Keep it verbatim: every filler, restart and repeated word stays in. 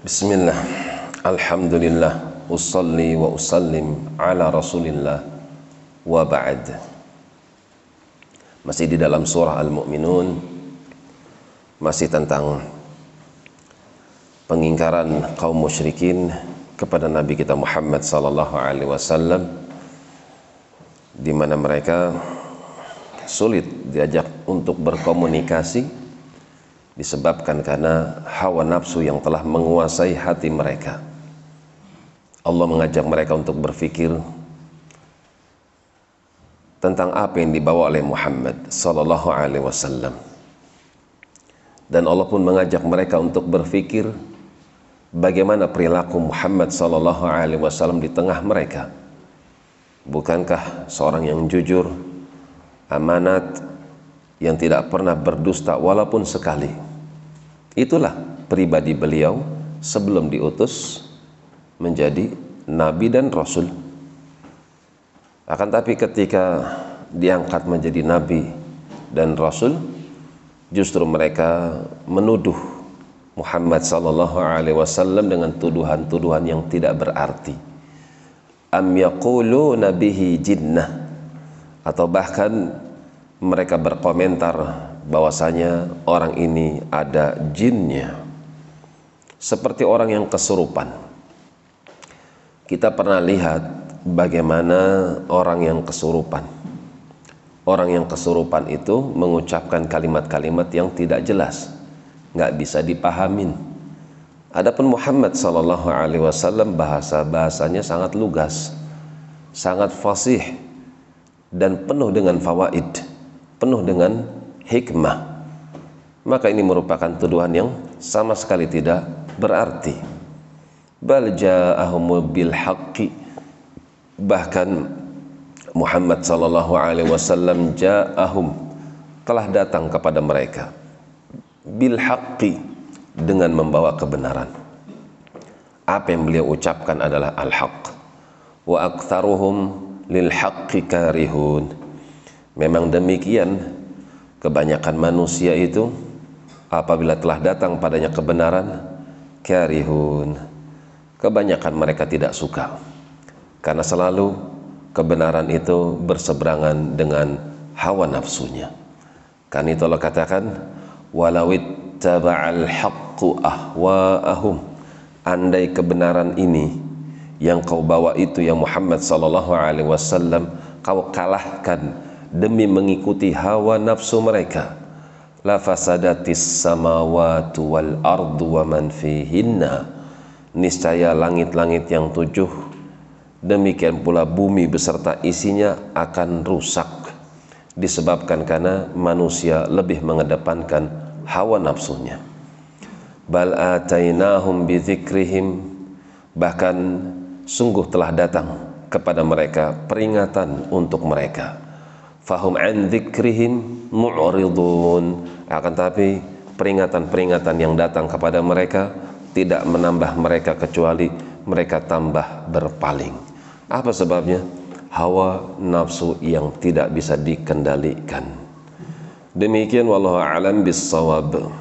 Bismillah, alhamdulillah, usalli wa usallim ala rasulillah wa ba'd. Masih di dalam surah Al-Mu'minun, masih tentang pengingkaran kaum musyrikin kepada Nabi kita Muhammad sallallahu alaihi wasallam, di mana mereka sulit diajak untuk berkomunikasi disebabkan karena hawa nafsu yang telah menguasai hati mereka. Allah mengajak mereka untuk berpikir tentang apa yang dibawa oleh Muhammad sallallahu alaihi wasallam, dan Allah pun mengajak mereka untuk berpikir bagaimana perilaku Muhammad sallallahu alaihi wasallam di tengah mereka. Bukankah seorang yang jujur, amanat, yang tidak pernah berdusta walaupun sekali? Itulah pribadi beliau sebelum diutus menjadi nabi dan rasul. Akan tapi ketika diangkat menjadi nabi dan rasul, justru mereka menuduh Muhammad sallallahu alaihi wasallam dengan tuduhan-tuduhan yang tidak berarti. Am yaquluna bihi jinnah, atau bahkan mereka berkomentar bahwasanya orang ini ada jinnya, seperti orang yang kesurupan. Kita pernah lihat bagaimana orang yang kesurupan. Orang yang kesurupan itu mengucapkan kalimat-kalimat yang tidak jelas, nggak bisa dipahamin. Adapun Muhammad sallallahu alaihi wasallam bahasa-bahasanya sangat lugas, sangat fasih, dan penuh dengan fawaid, penuh dengan hikmah. Maka ini merupakan tuduhan yang sama sekali tidak berarti. Bal ja'ahum bil haqqi, bahkan Muhammad sallallahu alaihi wasallam ja'ahum, telah datang kepada mereka, bil haqqi, dengan membawa kebenaran. Apa yang beliau ucapkan adalah al-haq. Wa aktsaruhum lil haqqi karihun. Memang demikian, kebanyakan manusia itu apabila telah datang padanya kebenaran, karihun, kebanyakan mereka tidak suka, karena selalu kebenaran itu berseberangan dengan hawa nafsunya. Kan itu Allah katakan, walawit taba'al haqqu ahwa'ahum, andai kebenaran ini yang kau bawa itu ya Muhammad sallallahu alaihi wasallam kau kalahkan demi mengikuti hawa nafsu mereka, la fasadatis samawati wal ardu wa man fihinna, niscaya langit-langit yang tujuh, demikian pula bumi beserta isinya akan rusak, disebabkan karena manusia lebih mengedepankan hawa nafsunya. Bal atainahum bidzikrihim, bahkan sungguh telah datang kepada mereka peringatan untuk mereka. Fahum an dzikrihim mu'ridun, akan tapi peringatan-peringatan yang datang kepada mereka tidak menambah mereka kecuali mereka tambah berpaling. Apa sebabnya? Hawa nafsu yang tidak bisa dikendalikan. Demikian, wallahu a'lam bissawab.